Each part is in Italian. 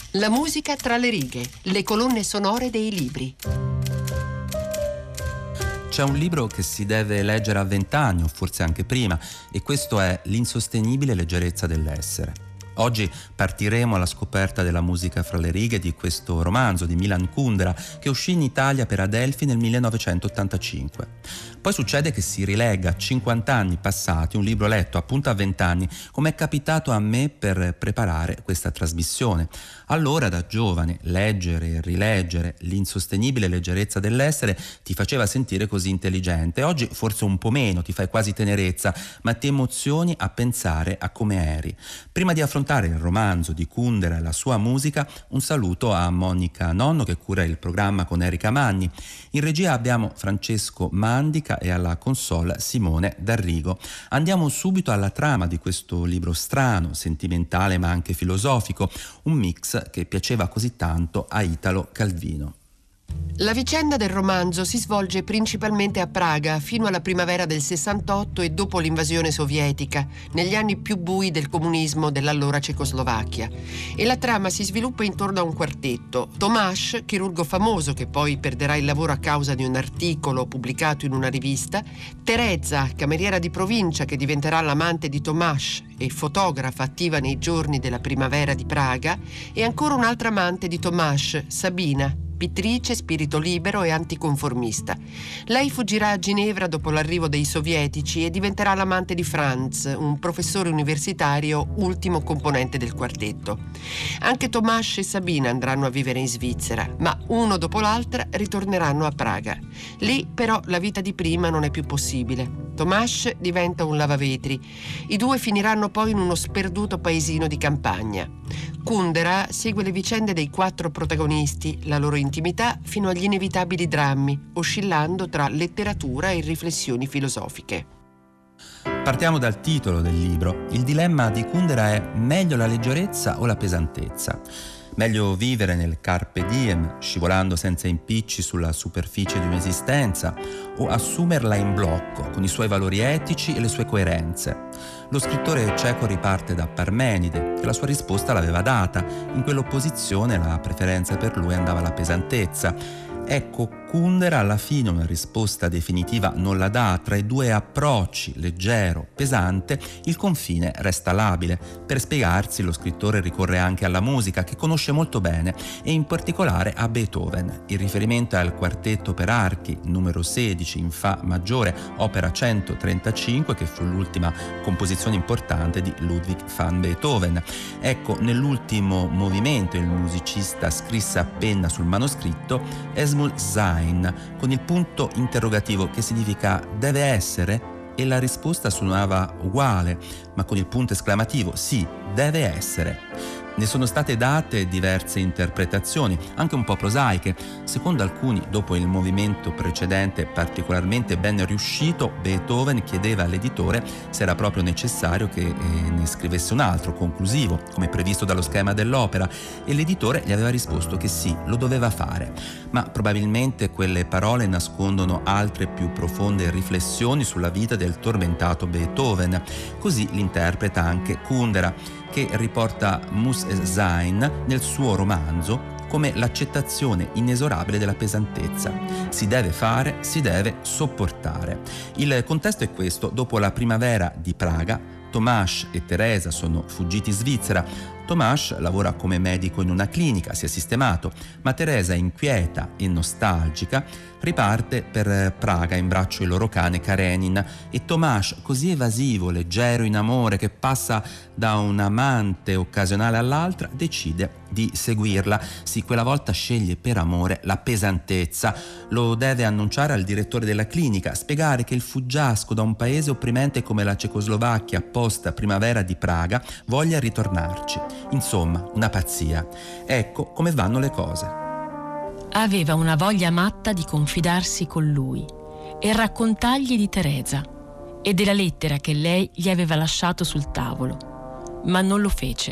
La musica tra le righe, le colonne sonore dei libri. C'è un libro che si deve leggere a 20 anni o forse anche prima, e questo è L'insostenibile leggerezza dell'essere. Oggi partiremo alla scoperta della musica fra le righe di questo romanzo di Milan Kundera che uscì in Italia per Adelphi nel 1985. Poi succede che si rilegga 50 anni passati un libro letto appunto a 20 anni, come è capitato a me per preparare questa trasmissione. Allora, da giovane, leggere e rileggere L'insostenibile leggerezza dell'essere ti faceva sentire così intelligente. Oggi forse un po' meno, ti fai quasi tenerezza, ma ti emozioni a pensare a come eri. Prima di affrontare il romanzo di Kundera e la sua musica, un saluto a Monica Nonno che cura il programma con Erika Manni. In regia abbiamo Francesco Mandica e alla console Simone D'Arrigo. Andiamo subito alla trama di questo libro strano, sentimentale ma anche filosofico, un mix che piaceva così tanto a Italo Calvino. La vicenda del romanzo si svolge principalmente a Praga fino alla primavera del 68 e dopo l'invasione sovietica, negli anni più bui del comunismo dell'allora Cecoslovacchia. E la trama si sviluppa intorno a un quartetto: Tomáš, chirurgo famoso che poi perderà il lavoro a causa di un articolo pubblicato in una rivista; Teresa, cameriera di provincia che diventerà l'amante di Tomáš e fotografa attiva nei giorni della primavera di Praga; e ancora un'altra amante di Tomáš, Sabina, pittrice, spirito libero e anticonformista. Lei fuggirà a Ginevra dopo l'arrivo dei sovietici e diventerà l'amante di Franz, un professore universitario, ultimo componente del quartetto. Anche Tomáš e Sabina andranno a vivere in Svizzera, ma uno dopo l'altra ritorneranno a Praga. Lì però la vita di prima non è più possibile. Tomáš diventa un lavavetri. I due finiranno poi in uno sperduto paesino di campagna. Kundera segue le vicende dei 4 protagonisti, la loro intimità fino agli inevitabili drammi, oscillando tra letteratura e riflessioni filosofiche. Partiamo dal titolo del libro. Il dilemma di Kundera è: meglio la leggerezza o la pesantezza? Meglio vivere nel carpe diem, scivolando senza impicci sulla superficie di un'esistenza, o assumerla in blocco, con i suoi valori etici e le sue coerenze? Lo scrittore ceco riparte da Parmenide, che la sua risposta l'aveva data. In quell'opposizione la preferenza per lui andava alla pesantezza. Ecco, Kundera alla fine una risposta definitiva non la dà. Tra i due approcci, leggero, pesante, il confine resta labile. Per spiegarsi, lo scrittore ricorre anche alla musica, che conosce molto bene, e in particolare a Beethoven. Il riferimento è al quartetto per archi, numero 16 in Fa maggiore, opera 135, che fu l'ultima composizione importante di Ludwig van Beethoven. Ecco, nell'ultimo movimento il musicista scrisse a penna sul manoscritto Es muss sein, con il punto interrogativo che significa deve essere, e la risposta suonava uguale, ma con il punto esclamativo: sì, deve essere. Ne sono state date diverse interpretazioni, anche un po' prosaiche. Secondo alcuni, dopo il movimento precedente particolarmente ben riuscito, Beethoven chiedeva all'editore se era proprio necessario che ne scrivesse un altro, conclusivo, come previsto dallo schema dell'opera, e l'editore gli aveva risposto che sì, lo doveva fare. Ma probabilmente quelle parole nascondono altre più profonde riflessioni sulla vita del tormentato Beethoven. Così l'interpreta anche Kundera, che riporta Muss es sein nel suo romanzo come l'accettazione inesorabile della pesantezza. Si deve fare, si deve sopportare. Il contesto è questo: dopo la primavera di Praga, Tomáš e Teresa sono fuggiti in Svizzera. Tomáš lavora come medico in una clinica, si è sistemato, ma Teresa, inquieta e nostalgica, riparte per Praga in braccio il loro cane Karenin, e Tomáš, così evasivo, leggero in amore, che passa da un amante occasionale all'altra, decide di seguirla. Sì, quella volta sceglie per amore la pesantezza. Lo deve annunciare al direttore della clinica, spiegare che il fuggiasco da un paese opprimente come la Cecoslovacchia post primavera di Praga voglia ritornarci. Insomma, una pazzia. Ecco come vanno le cose. Aveva una voglia matta di confidarsi con lui e raccontargli di Teresa e della lettera che lei gli aveva lasciato sul tavolo, ma non lo fece.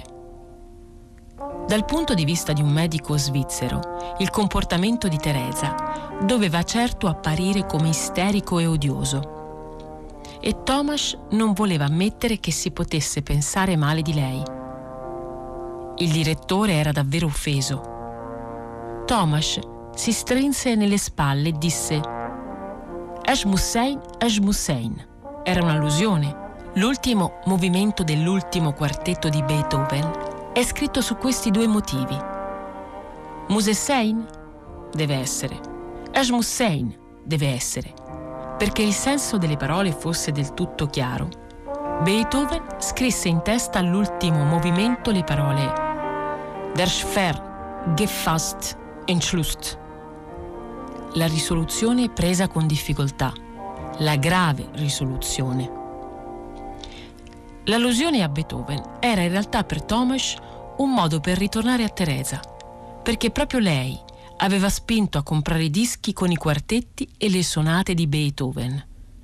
Dal punto di vista di un medico svizzero, il comportamento di Teresa doveva certo apparire come isterico e odioso, e Tomáš non voleva ammettere che si potesse pensare male di lei. Il direttore era davvero offeso. Tomasz si strinse nelle spalle e disse: "Esh Mussein, Esh Mussein". Era un'allusione. L'ultimo movimento dell'ultimo quartetto di Beethoven è scritto su questi due motivi. Mussein deve essere, Esh Mussein deve essere. Perché il senso delle parole fosse del tutto chiaro, Beethoven scrisse in testa all'ultimo movimento le parole Der schwer gefasst Entschluss, la risoluzione presa con difficoltà, la grave risoluzione. L'allusione a Beethoven era in realtà per Tomasz un modo per ritornare a Teresa, perché proprio lei aveva spinto a comprare i dischi con i quartetti e le sonate di Beethoven.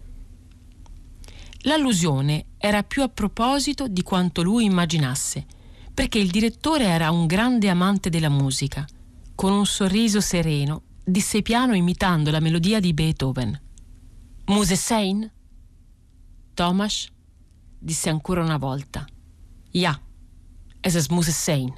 L'allusione era più a proposito di quanto lui immaginasse, perché il direttore era un grande amante della musica. Con un sorriso sereno disse piano imitando la melodia di Beethoven: "Mussein?" Tomasz disse ancora una volta: "Ja, es ist Mussein."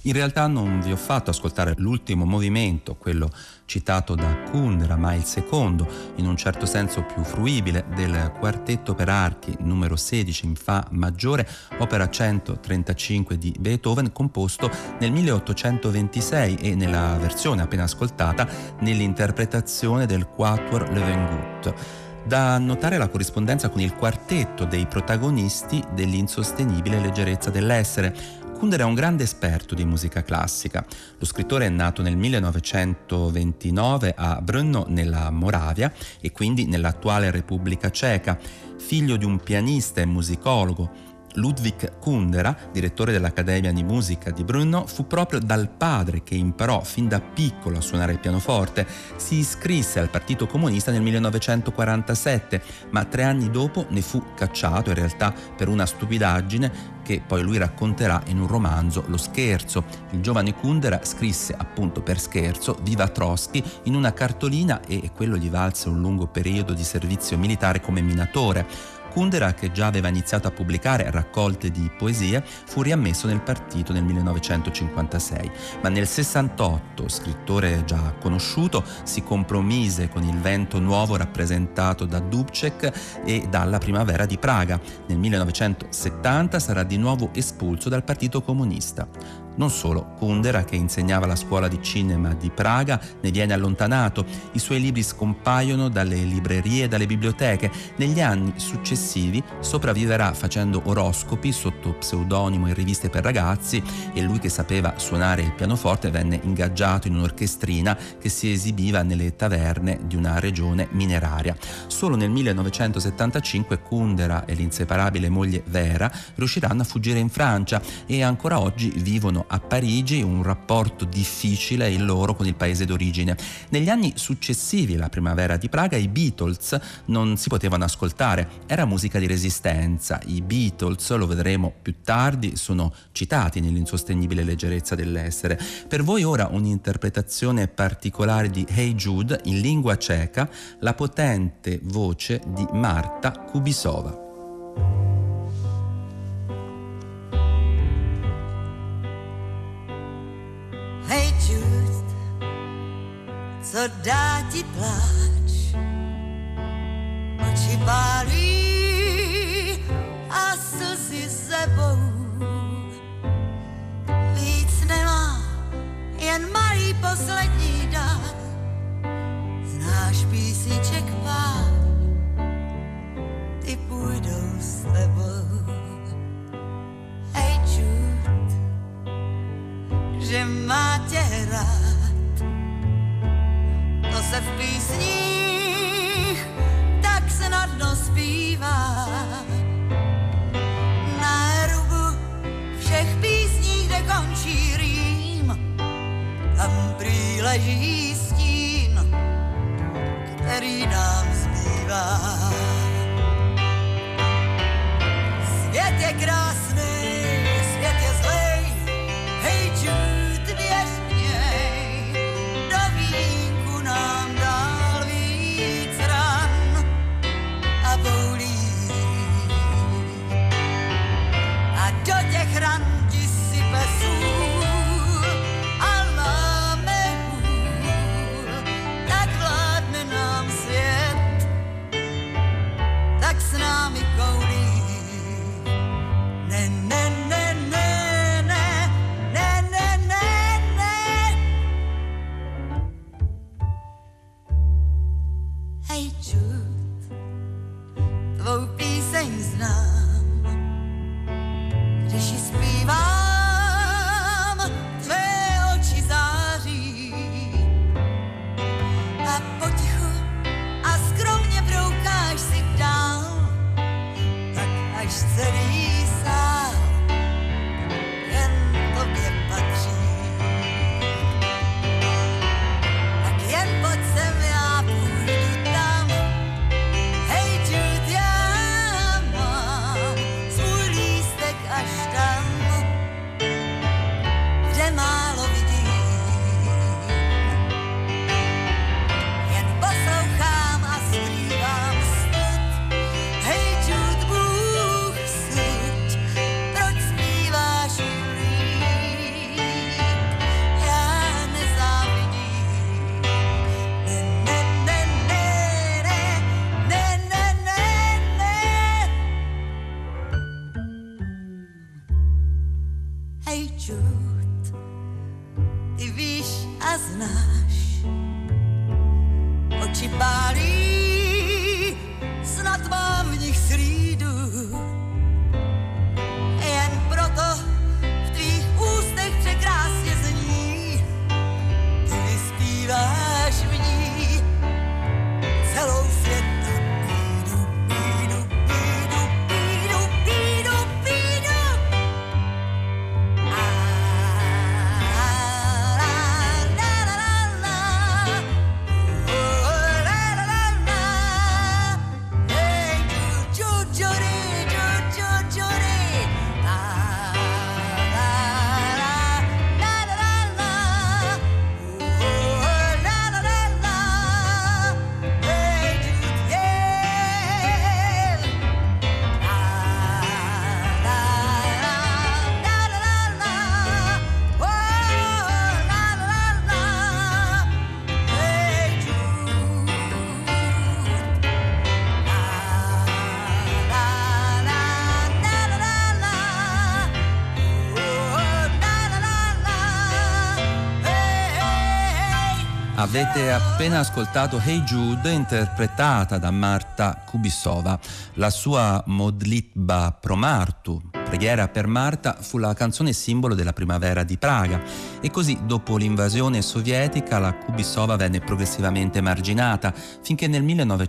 In realtà non vi ho fatto ascoltare l'ultimo movimento, quello citato da Kundera, ma il secondo, in un certo senso più fruibile, del quartetto per archi numero 16 in Fa maggiore, opera 135 di Beethoven, composto nel 1826 e nella versione appena ascoltata nell'interpretazione del Quatuor Löwengut. Da notare la corrispondenza con il quartetto dei protagonisti dell'insostenibile leggerezza dell'essere. Kundera è un grande esperto di musica classica. Lo scrittore è nato nel 1929 a Brno, nella Moravia, e quindi nell'attuale Repubblica Ceca. Figlio di un pianista e musicologo, Ludwig Kundera, direttore dell'Accademia di Musica di Brno, fu proprio dal padre che imparò fin da piccolo a suonare il pianoforte. Si iscrisse al Partito Comunista nel 1947, ma 3 anni dopo ne fu cacciato, in realtà per una stupidaggine che poi lui racconterà in un romanzo, Lo scherzo. Il giovane Kundera scrisse appunto per scherzo Viva Trotsky in una cartolina e quello gli valse un lungo periodo di servizio militare come minatore. Kundera, che già aveva iniziato a pubblicare raccolte di poesie, fu riammesso nel partito nel 1956, ma nel 68, scrittore già conosciuto, si compromise con il vento nuovo rappresentato da Dubček e dalla primavera di Praga. Nel 1970 sarà di nuovo espulso dal Partito Comunista. Non solo, Kundera, che insegnava alla scuola di cinema di Praga, ne viene allontanato. I suoi libri scompaiono dalle librerie e dalle biblioteche. Negli anni successivi sopravviverà facendo oroscopi sotto pseudonimo in riviste per ragazzi, e lui, che sapeva suonare il pianoforte, venne ingaggiato in un'orchestrina che si esibiva nelle taverne di una regione mineraria. Solo nel 1975 Kundera e l'inseparabile moglie Vera riusciranno a fuggire in Francia e ancora oggi vivono a Parigi, un rapporto difficile il loro con il paese d'origine. Negli anni successivi alla primavera di Praga i Beatles non si potevano ascoltare, era musica di resistenza. I Beatles, lo vedremo più tardi, sono citati nell'insostenibile leggerezza dell'essere. Per voi ora un'interpretazione particolare di Hey Jude in lingua ceca, la potente voce di Marta Kubisova. Hej Jude, co dá ti pláč, oči pálí a slzy sebou. Víc nemá, jen malý poslední dár, znáš písniček pár, ty půjdou s tebou. Hej Jude, že má tě rád, to se v písních tak snadno zpívá. Na rubu všech písní, kde končí rým, tam prý leží stín, který nám zbývá. Svět je krásný, svět je zlej, hej Jude, věř měj, do vínku nám dál víc ran a boulí. A do těch ran ti sype sůl a láme hůl, tak vládne nám svět, tak s námi koulí. Ne, ne. znáš. Oči pálí, snad mám v nich srídu. Jen proto v tvých ústech překrásně zní, ty vyspíváš v ní celou svět. Avete appena ascoltato Hey Jude, interpretata da Marta Kubisova. La sua Modlitba pro Martu, preghiera per Marta, fu la canzone simbolo della primavera di Praga, e così dopo l'invasione sovietica la Kubisova venne progressivamente marginata, finché nel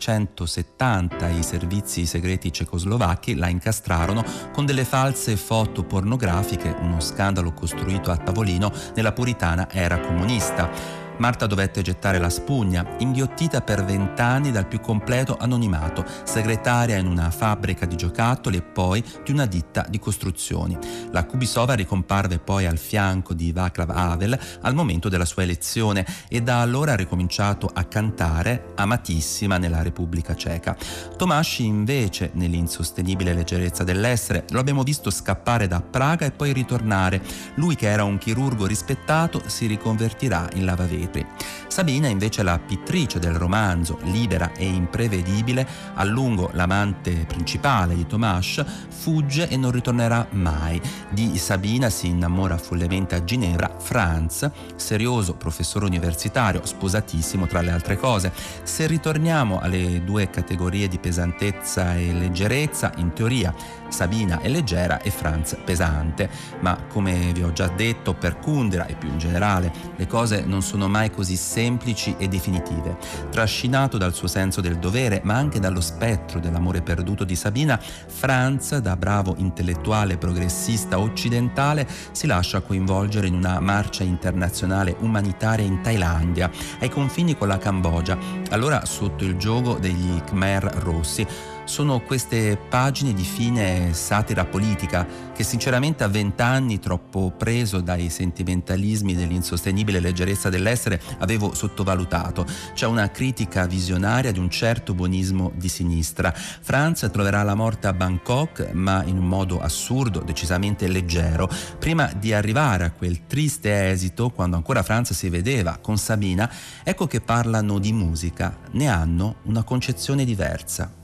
1970 i servizi segreti cecoslovacchi la incastrarono con delle false foto pornografiche, uno scandalo costruito a tavolino nella puritana era comunista. Marta dovette gettare la spugna, inghiottita per 20 anni dal più completo anonimato, segretaria in una fabbrica di giocattoli e poi di una ditta di costruzioni. La Kubisova ricomparve poi al fianco di Václav Havel al momento della sua elezione e da allora ha ricominciato a cantare, amatissima nella Repubblica Ceca. Tomáš invece, nell'insostenibile leggerezza dell'essere, lo abbiamo visto scappare da Praga e poi ritornare. Lui, che era un chirurgo rispettato, si riconvertirà in lavavetri. Sabina, invece, la pittrice del romanzo, libera e imprevedibile, a lungo l'amante principale di Tomáš, fugge e non ritornerà mai. Di Sabina si innamora follemente a Ginevra Franz, serioso professore universitario, sposatissimo tra le altre cose. Se ritorniamo alle due categorie di pesantezza e leggerezza, in teoria Sabina è leggera e Franz pesante, ma come vi ho già detto, per Kundera e più in generale le cose non sono mai così semplici e definitive. Trascinato dal suo senso del dovere, ma anche dallo spettro dell'amore perduto di Sabina, Franz, da bravo intellettuale progressista occidentale, si lascia coinvolgere in una marcia internazionale umanitaria in Thailandia, ai confini con la Cambogia, allora sotto il giogo degli Khmer Rossi. Sono queste pagine di fine satira politica che sinceramente a 20 anni, troppo preso dai sentimentalismi dell'insostenibile leggerezza dell'essere, avevo sottovalutato. C'è una critica visionaria di un certo buonismo di sinistra. Franz troverà la morte a Bangkok, ma in un modo assurdo, decisamente leggero, prima di arrivare a quel triste esito quando ancora Franz si vedeva con Sabina. Ecco che parlano di musica, ne hanno una concezione diversa.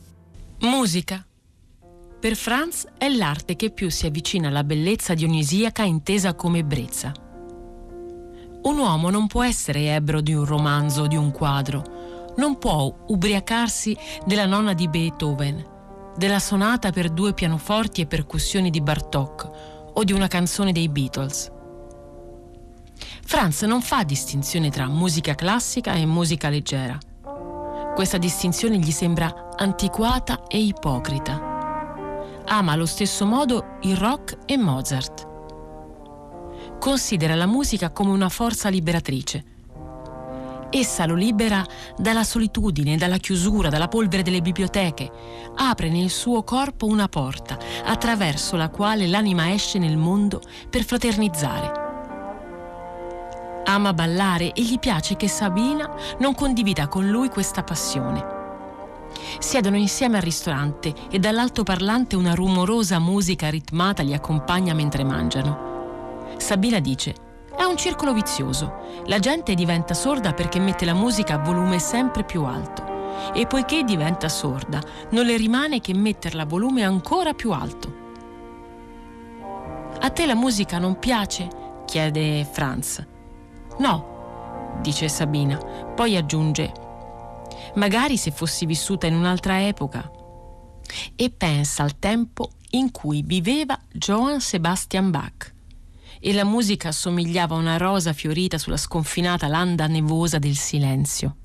Musica. Per Franz è l'arte che più si avvicina alla bellezza dionisiaca intesa come ebbrezza. Un uomo non può essere ebbro di un romanzo o di un quadro, non può ubriacarsi della nona di Beethoven, della sonata per 2 pianoforti e percussioni di Bartók o di una canzone dei Beatles. Franz non fa distinzione tra musica classica e musica leggera. Questa distinzione gli sembra antiquata e ipocrita. Ama allo stesso modo il rock e Mozart. Considera la musica come una forza liberatrice. Essa lo libera dalla solitudine, dalla chiusura, dalla polvere delle biblioteche. Apre nel suo corpo una porta attraverso la quale l'anima esce nel mondo per fraternizzare. Ama ballare e gli piace che Sabina non condivida con lui questa passione. Siedono insieme al ristorante e dall'altoparlante una rumorosa musica ritmata li accompagna mentre mangiano. Sabina dice: è un circolo vizioso. La gente diventa sorda perché mette la musica a volume sempre più alto e poiché diventa sorda non le rimane che metterla a volume ancora più alto. A te la musica non piace? Chiede Franz. No, dice Sabina. Poi aggiunge: magari se fossi vissuta in un'altra epoca. E pensa al tempo in cui viveva Johann Sebastian Bach e la musica assomigliava a una rosa fiorita sulla sconfinata landa nevosa del silenzio.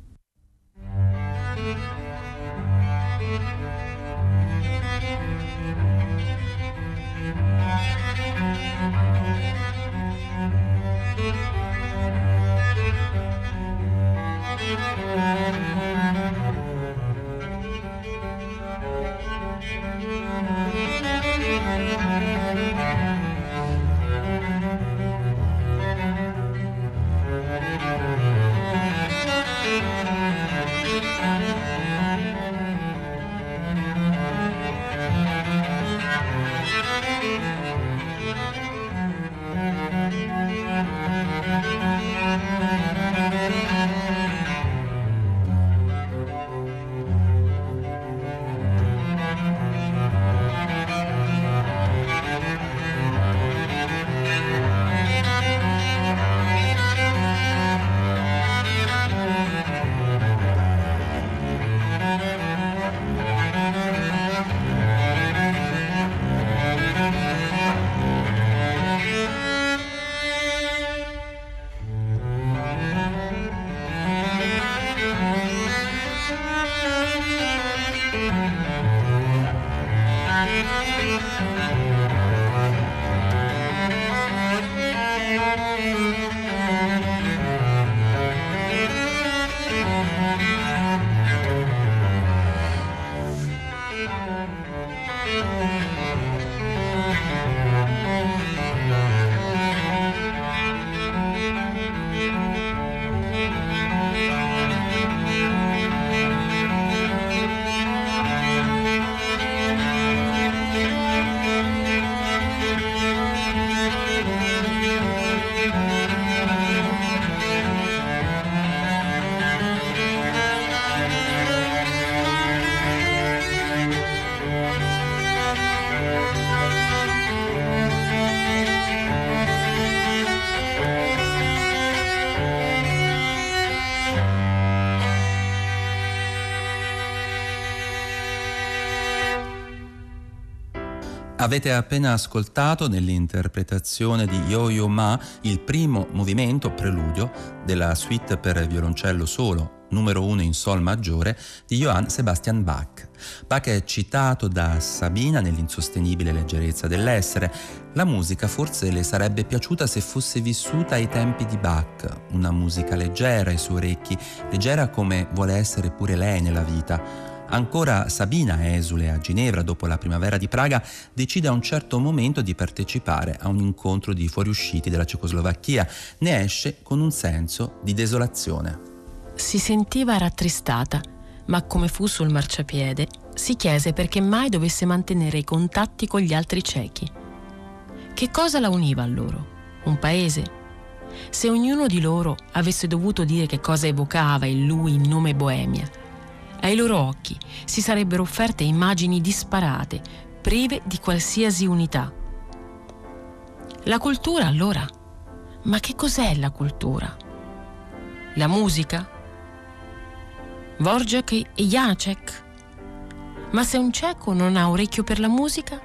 Avete appena ascoltato nell'interpretazione di Yo-Yo Ma il primo movimento preludio della suite per violoncello solo, numero 1 in sol maggiore, di Johann Sebastian Bach. Bach è citato da Sabina nell'insostenibile leggerezza dell'essere. La musica forse le sarebbe piaciuta se fosse vissuta ai tempi di Bach, una musica leggera ai suoi orecchi, leggera come vuole essere pure lei nella vita. Ancora Sabina, esule a Ginevra dopo la primavera di Praga, decide a un certo momento di partecipare a un incontro di fuoriusciti della Cecoslovacchia. Ne esce con un senso di desolazione. Si sentiva rattristata, ma come fu sul marciapiede, si chiese perché mai dovesse mantenere i contatti con gli altri cechi. Che cosa la univa a loro? Un paese? Se ognuno di loro avesse dovuto dire che cosa evocava in lui il nome Boemia, ai loro occhi si sarebbero offerte immagini disparate, prive di qualsiasi unità. La cultura, allora? Ma che cos'è la cultura? La musica? Dvořák e Janáček? Ma se un ceco non ha orecchio per la musica?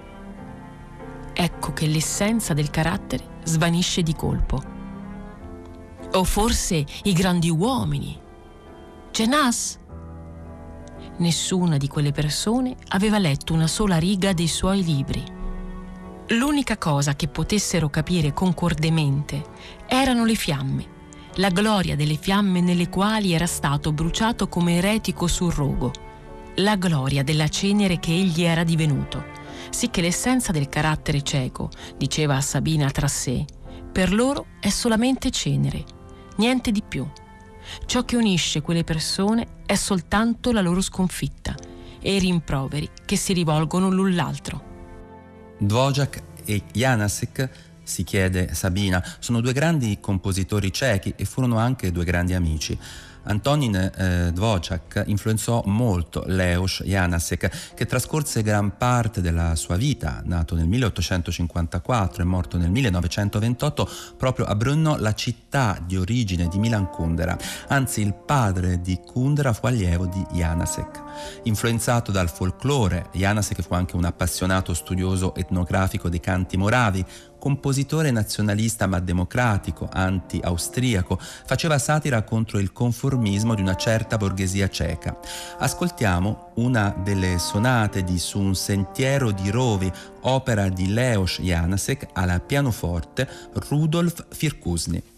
Ecco che l'essenza del carattere svanisce di colpo. O forse i grandi uomini? Genás? Nessuna di quelle persone aveva letto una sola riga dei suoi libri. L'unica cosa che potessero capire concordemente erano le fiamme, la gloria delle fiamme nelle quali era stato bruciato come eretico sul rogo, la gloria della cenere che egli era divenuto, sicché l'essenza del carattere ceco, diceva a Sabina tra sé, per loro è solamente cenere, niente di più. Ciò che unisce quelle persone è soltanto la loro sconfitta e i rimproveri che si rivolgono l'un l'altro. Dvořák e Janáček si chiede Sabina. Sono due grandi compositori cechi e furono anche due grandi amici. Antonín Dvořák influenzò molto Leoš Janáček, che trascorse gran parte della sua vita, nato nel 1854 e morto nel 1928, proprio a Brno, la città di origine di Milan Kundera. Anzi, il padre di Kundera fu allievo di Janáček. Influenzato dal folklore, Janáček fu anche un appassionato studioso etnografico dei canti moravi, compositore nazionalista ma democratico, anti-austriaco, faceva satira contro il conformismo di una certa borghesia ceca. Ascoltiamo una delle sonate di Su un sentiero di rovi, opera di Leoš Janáček, alla pianoforte Rudolf Firkusny.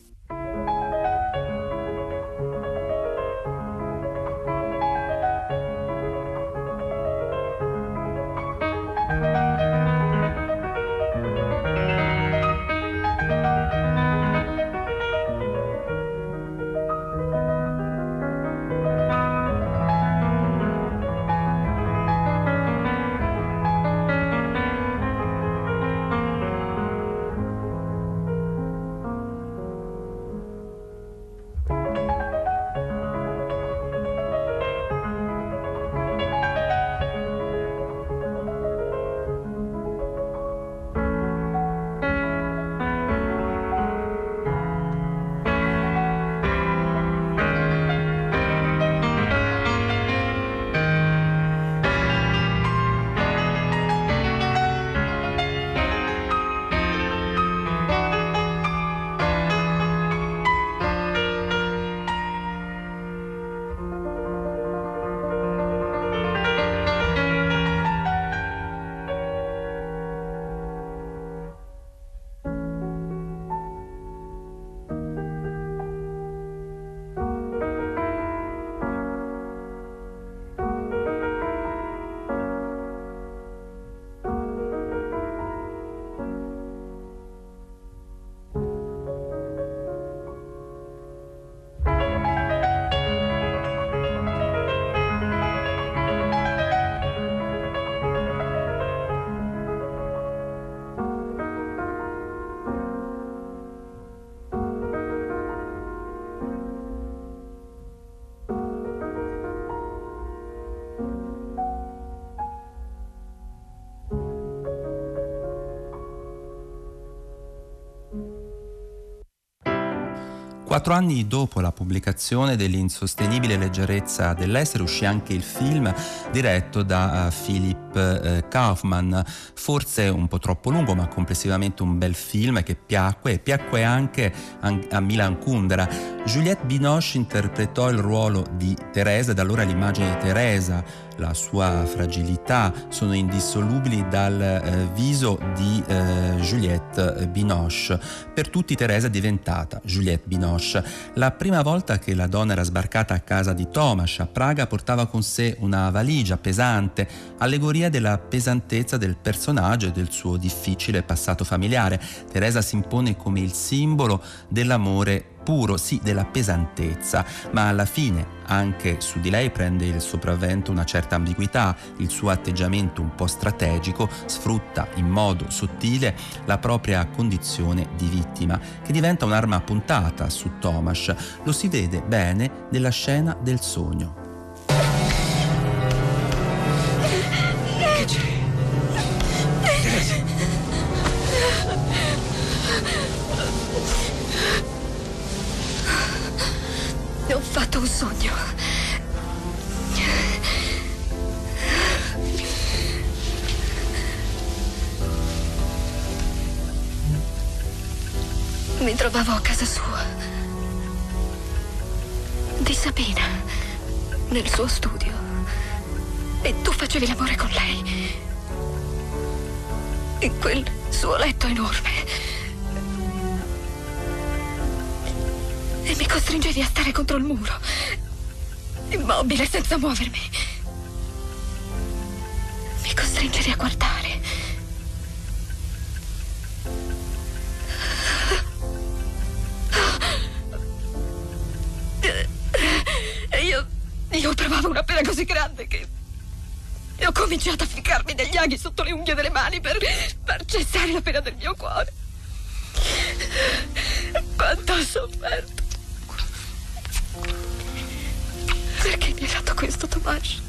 Quattro anni dopo la pubblicazione dell'insostenibile leggerezza dell'essere uscì anche il film diretto da Philip Kaufman, forse un po' troppo lungo ma complessivamente un bel film che piacque anche a Milan Kundera. Juliette Binoche interpretò il ruolo di Teresa, da allora l'immagine di Teresa, la sua fragilità sono indissolubili dal viso di Juliette Binoche. Per tutti Teresa è diventata Juliette Binoche. La prima volta che la donna era sbarcata a casa di Tomasz a Praga portava con sé una valigia pesante, allegoria della pesantezza del personaggio e del suo difficile passato familiare. Teresa si impone come il simbolo dell'amore puro, sì, della pesantezza, ma alla fine anche su di lei prende il sopravvento una certa ambiguità. Il suo atteggiamento un po' strategico sfrutta in modo sottile la propria condizione di vittima, che diventa un'arma puntata su Tomasz. Lo si vede bene nella scena del sogno. Che c'è? Teresa! Ho fatto un sogno. Mi trovavo a casa sua, di Sabina, nel suo studio, e tu facevi l'amore con lei, in quel suo letto enorme. E mi costringevi a stare contro il muro, immobile, senza muovermi. Mi costringevi a guardare. E io provavo una pena così grande che ho cominciato a ficcarmi degli aghi sotto le unghie delle mani per far cessare la pena del mio cuore. sofferto. Perché mi hai fatto questo, Tomas?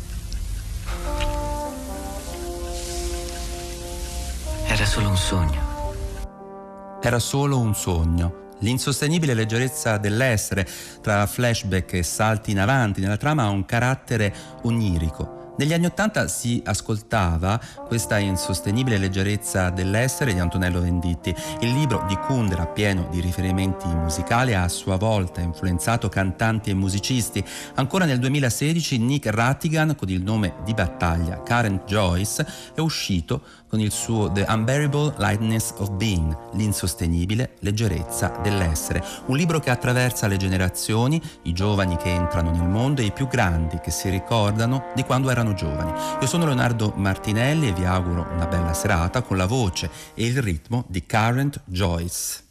Era solo un sogno. Era solo un sogno. L'insostenibile leggerezza dell'essere, tra flashback e salti in avanti nella trama, ha un carattere onirico. Negli anni '80 si ascoltava questa insostenibile leggerezza dell'essere di Antonello Venditti. Il libro di Kundera, pieno di riferimenti musicali, ha a sua volta influenzato cantanti e musicisti. Ancora nel 2016 Nick Rattigan, con il nome di battaglia Current Joyce, è uscito con il suo The Unbearable Lightness of Being, l'insostenibile leggerezza dell'essere, un libro che attraversa le generazioni, i giovani che entrano nel mondo e i più grandi che si ricordano di quando erano giovani. Io sono Leonardo Martinelli e vi auguro una bella serata con la voce e il ritmo di Current Joyce.